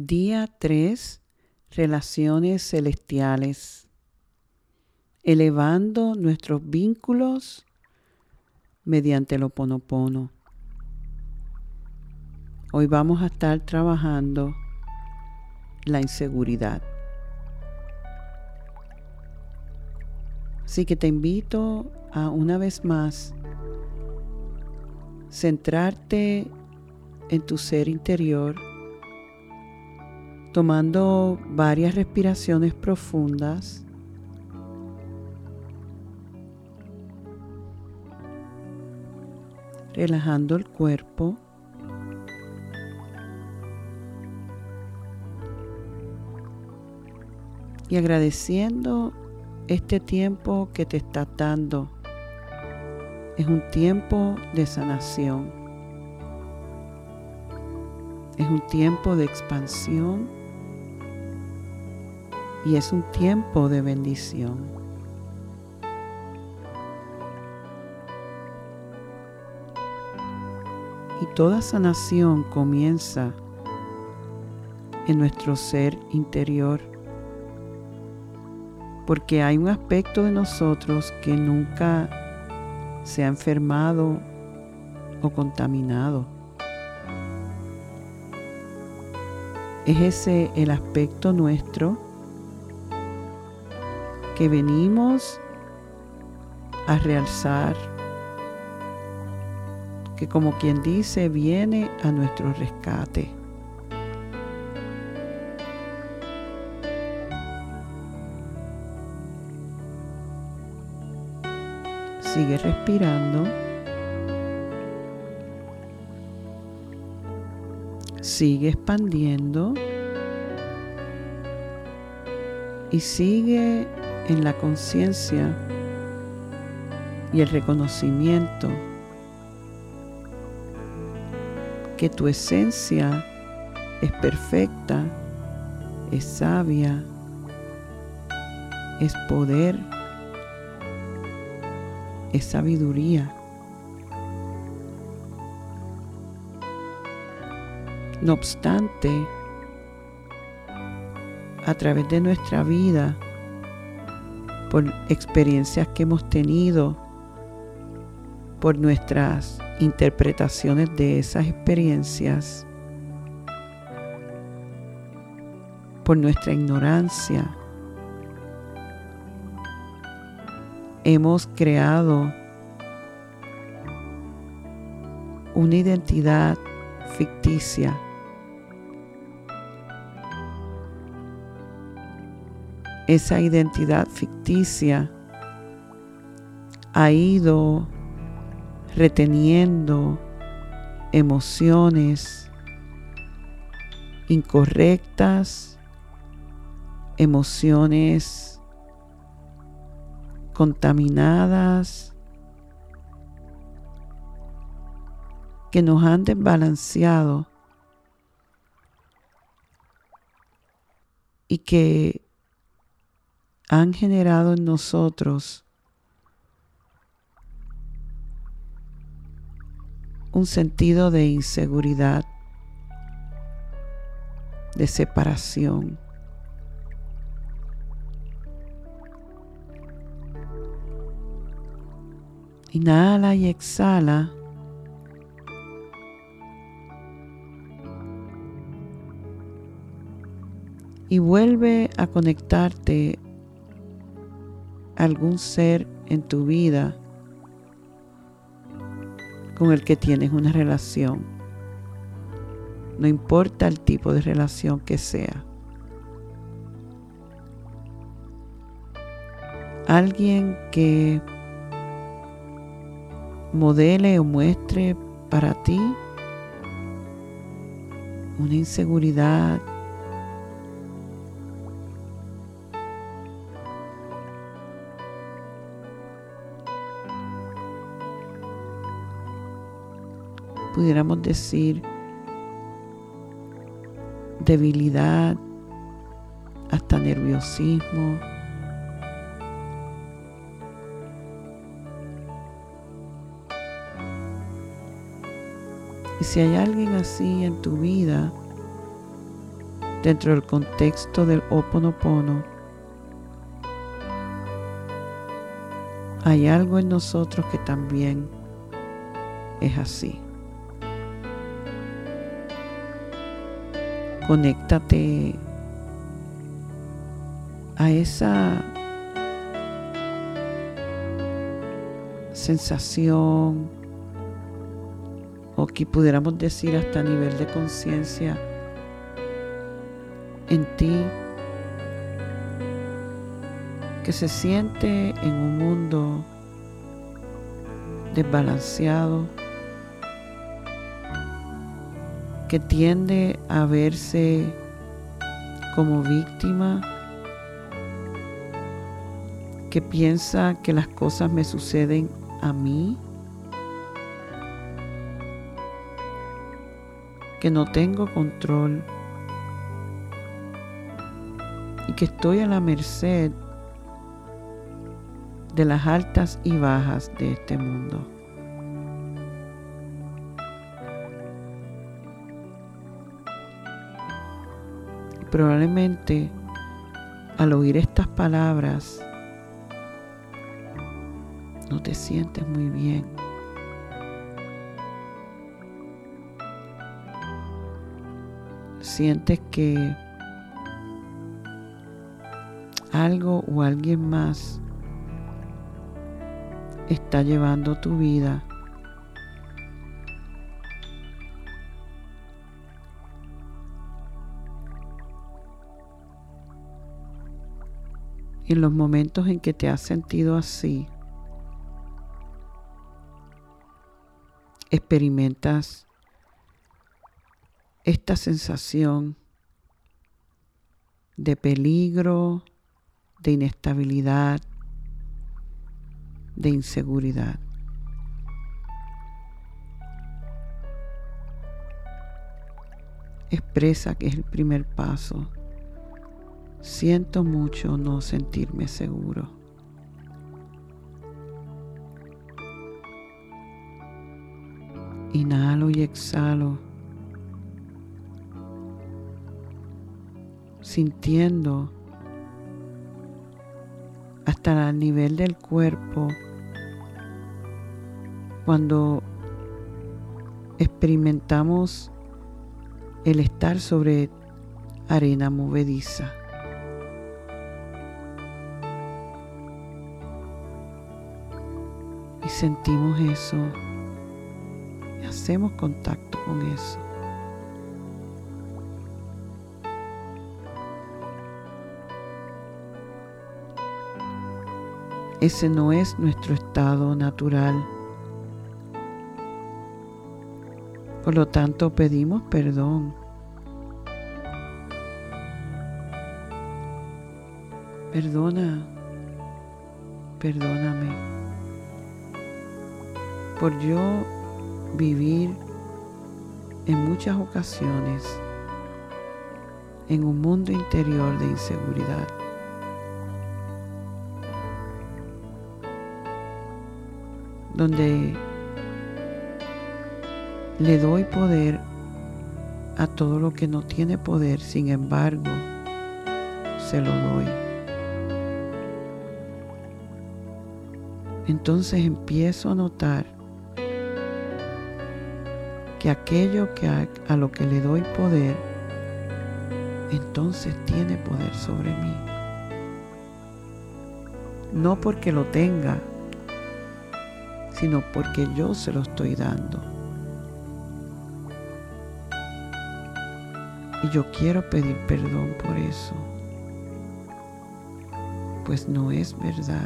Día 3. Relaciones celestiales. Elevando nuestros vínculos mediante el Ho'oponopono. Hoy vamos a estar trabajando la inseguridad. Así que te invito a una vez más centrarte en tu ser interior, tomando varias respiraciones profundas. Relajando el cuerpo. Y agradeciendo este tiempo que te estás dando. Es un tiempo de sanación. Es un tiempo de expansión. Y es un tiempo de bendición. Y toda sanación comienza en nuestro ser interior, porque hay un aspecto de nosotros que nunca se ha enfermado o contaminado. Es ese el aspecto nuestro que venimos a realzar, que como quien dice, viene a nuestro rescate. Sigue respirando. Sigue expandiendo. Y sigue en la conciencia y el reconocimiento que tu esencia es perfecta, es sabia, es poder, es sabiduría. No obstante, a través de nuestra vida, por experiencias que hemos tenido, por nuestras interpretaciones de esas experiencias, por nuestra ignorancia, hemos creado una identidad ficticia. Esa identidad ficticia ha ido reteniendo emociones incorrectas, emociones contaminadas, que nos han desbalanceado y que han generado en nosotros un sentido de inseguridad, de separación. Inhala y exhala. Y vuelve a conectarte a algún ser en tu vida con el que tienes una relación. No importa el tipo de relación que sea. Alguien que modele o muestre para ti una inseguridad, pudiéramos decir debilidad, hasta nerviosismo. Y si hay alguien así en tu vida, dentro del contexto del Ho'oponopono, hay algo en nosotros que también es así. Conéctate a esa sensación, o que pudiéramos decir hasta a nivel de conciencia en ti, que se siente en un mundo desbalanceado, que tiende a verse como víctima, que piensa que las cosas me suceden a mí, que no tengo control y que estoy a la merced de las altas y bajas de este mundo. Y probablemente al oír estas palabras no te sientes muy bien. Sientes que algo o alguien más está llevando tu vida. Y en los momentos en que te has sentido así, experimentas esta sensación de peligro, de inestabilidad, de inseguridad. Expresa que es el primer paso. Siento mucho no sentirme seguro. Inhalo y exhalo, sintiendo hasta el nivel del cuerpo cuando experimentamos el estar sobre arena movediza. Y sentimos eso. Y hacemos contacto con eso. Ese no es nuestro estado natural. Por lo tanto, pedimos perdón. Perdóname por yo vivir en muchas ocasiones en un mundo interior de inseguridad. Donde le doy poder a todo lo que no tiene poder, sin embargo, se lo doy. Entonces empiezo a notar que aquello que a lo que le doy poder, entonces tiene poder sobre mí. No porque lo tenga, sino porque yo se lo estoy dando. Y yo quiero pedir perdón por eso, pues no es verdad.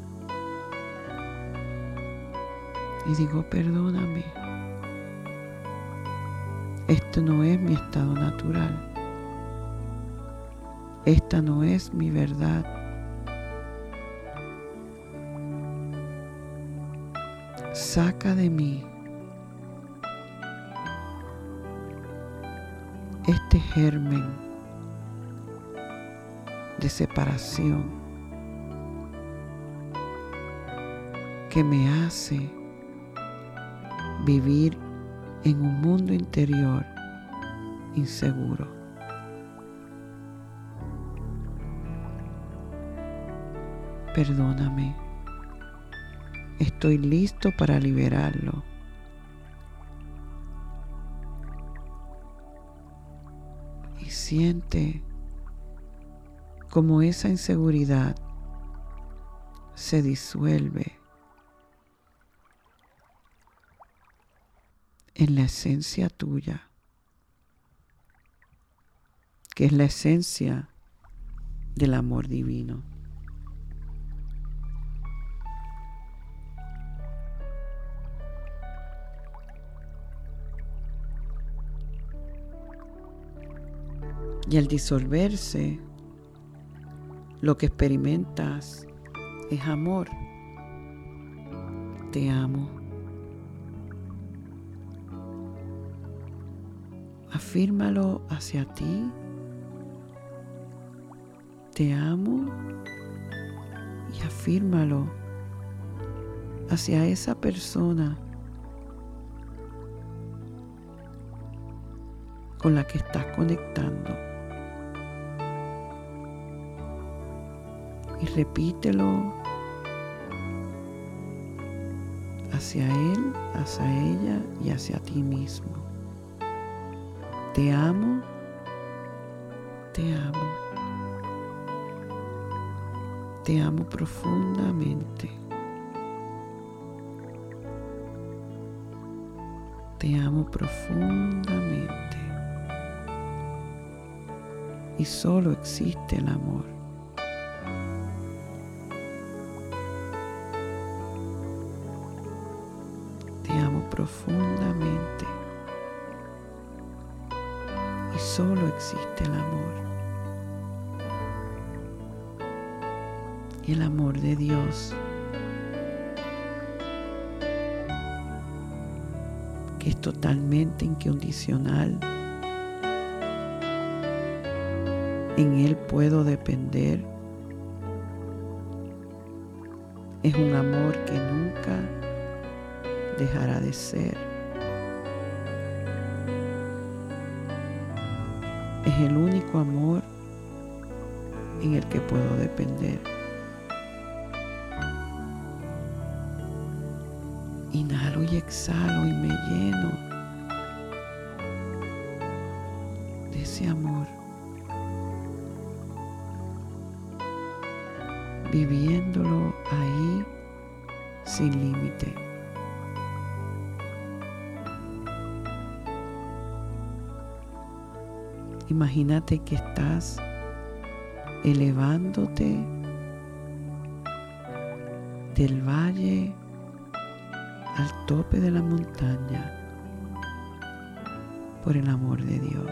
Y digo, perdóname. Esto no es mi estado natural. Esta no es mi verdad. Saca de mí este germen de separación que me hace vivir en un mundo interior inseguro. Perdóname. Estoy listo para liberarlo. Y siente como esa inseguridad se disuelve en la esencia tuya, que es la esencia del amor divino. Y al disolverse, lo que experimentas es amor. Te amo. Afírmalo hacia ti. Te amo. Y afírmalo hacia esa persona con la que estás conectando. Y repítelo hacia él, hacia ella y hacia ti mismo. Te amo, te amo, te amo profundamente. Te amo profundamente. Y solo existe el amor. Te amo profundamente. Y solo existe el amor. Y el amor de Dios, que es totalmente incondicional. En Él puedo depender. Es un amor que nunca dejará de ser. Es el único amor en el que puedo depender. Inhalo y exhalo y me lleno de ese amor. Viviéndolo ahí sin límite. Imagínate que estás elevándote del valle al tope de la montaña por el amor de Dios.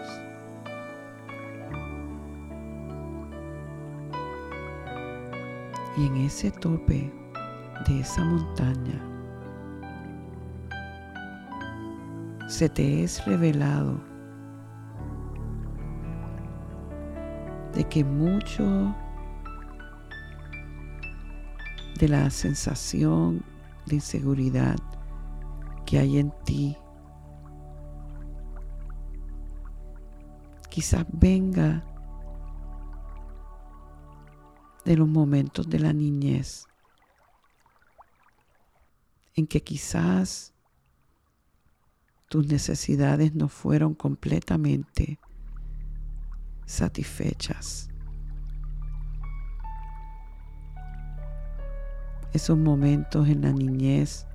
Y en ese tope de esa montaña se te es revelado de que mucho de la sensación de inseguridad que hay en ti quizás venga de los momentos de la niñez en que quizás tus necesidades no fueron completamente satisfechas. Esos momentos en la niñez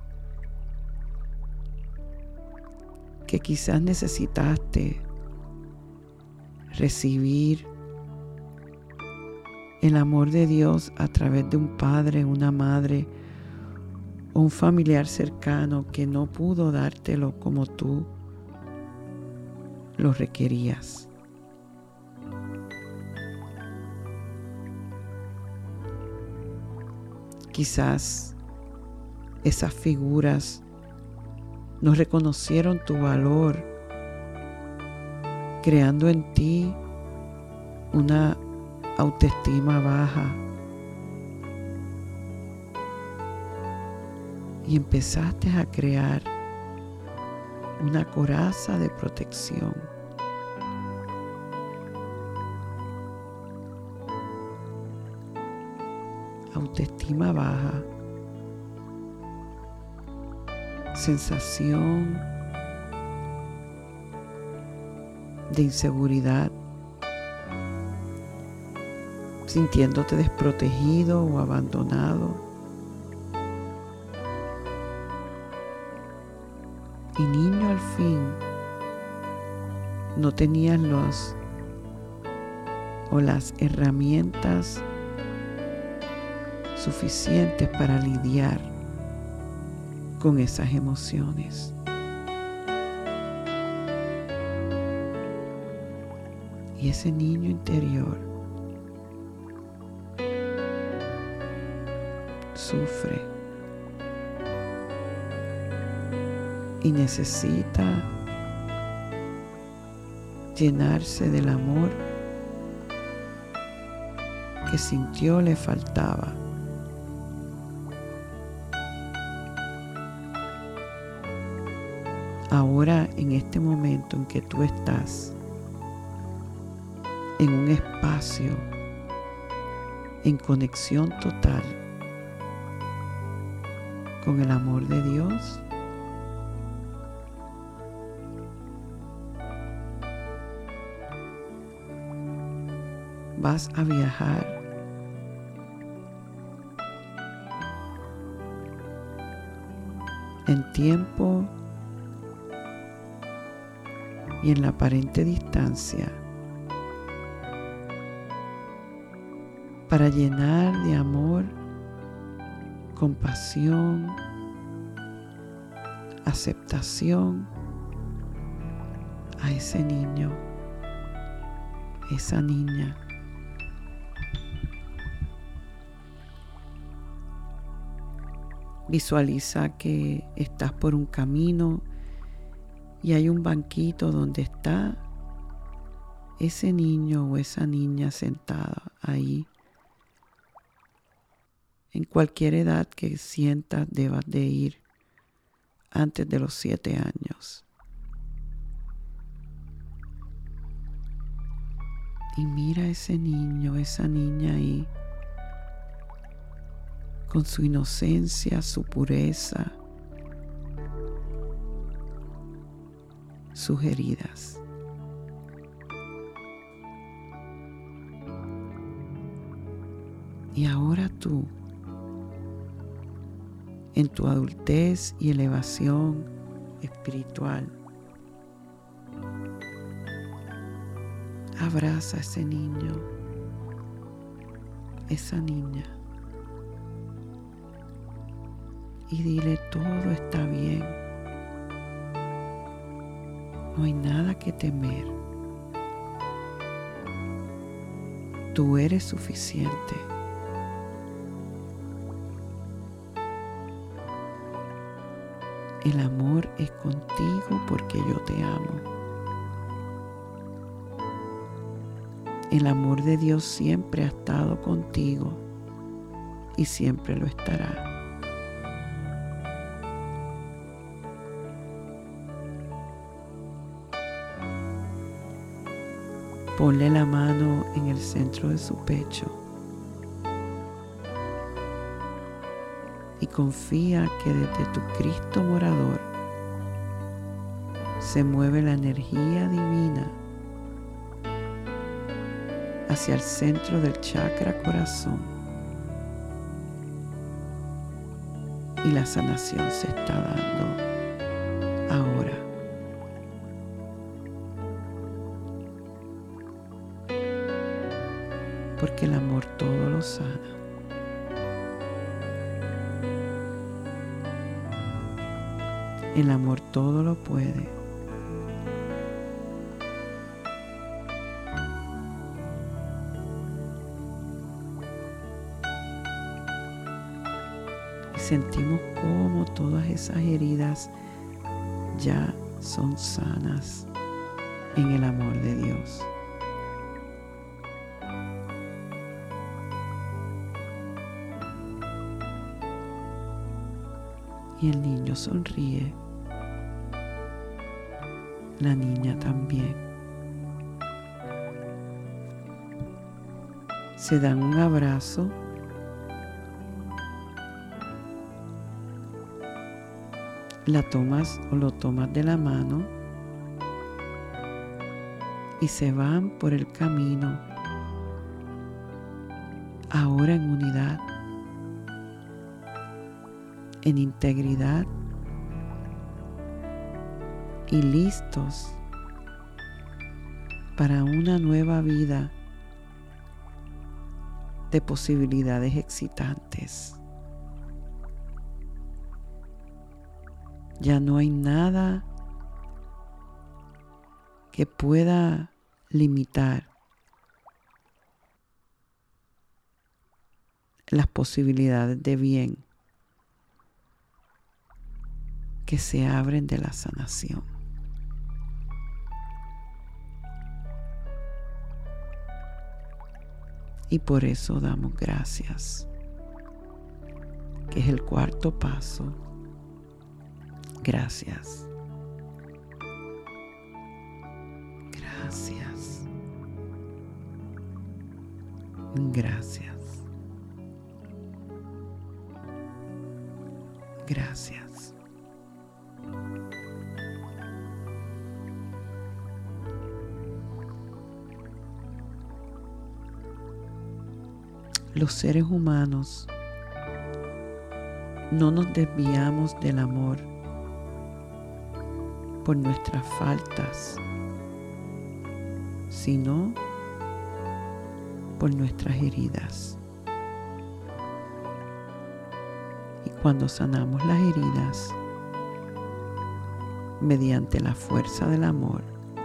que quizás necesitaste recibir el amor de Dios a través de un padre, una madre o un familiar cercano que no pudo dártelo como tú lo requerías. Quizás esas figuras no reconocieron tu valor, creando en ti una autoestima baja, y empezaste a crear una coraza de protección. autoestima baja, sensación de inseguridad, sintiéndote desprotegido o abandonado. Y niño, al fin, no tenías las herramientas suficientes para lidiar con esas emociones. Y ese niño interior sufre y necesita llenarse del amor que sintió le faltaba. Ahora, en este momento en que tú estás en un espacio en conexión total con el amor de Dios, vas a viajar en tiempo y en la aparente distancia para llenar de amor, compasión, aceptación a ese niño, esa niña. Visualiza que estás por un camino y hay un banquito donde está ese niño o esa niña sentada ahí. En cualquier edad que sientas debas de ir antes de los 7 años. Y mira a ese niño, esa niña ahí, con su inocencia, su pureza, sus heridas. Y ahora tú, en tu adultez y elevación espiritual, abraza a ese niño, esa niña, y dile: todo está bien, no hay nada que temer, tú eres suficiente. El amor es contigo porque yo te amo. El amor de Dios siempre ha estado contigo y siempre lo estará. Ponle la mano en el centro de su pecho y confía que desde tu Cristo morador se mueve la energía divina hacia el centro del chakra corazón y la sanación se está dando ahora. Porque el amor todo lo sana. El amor todo lo puede. Y sentimos cómo todas esas heridas ya son sanas en el amor de Dios. Y el niño sonríe, la niña también. Se dan un abrazo la tomas o lo tomas de la mano y se van por el camino, ahora en unidad, en integridad y listos para una nueva vida de posibilidades excitantes. Ya no hay nada que pueda limitar las posibilidades de bien que se abren de la sanación. Y por eso damos gracias, que es el cuarto paso. Gracias. Gracias. Gracias. Gracias. Los seres humanos no nos desviamos del amor por nuestras faltas, sino por nuestras heridas. Y cuando sanamos las heridas mediante la fuerza del amor,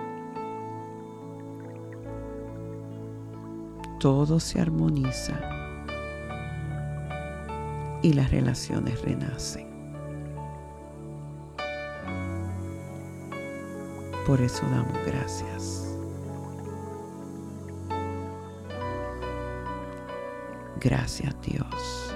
todo se armoniza y las relaciones renacen. Por eso damos gracias. Gracias, Dios.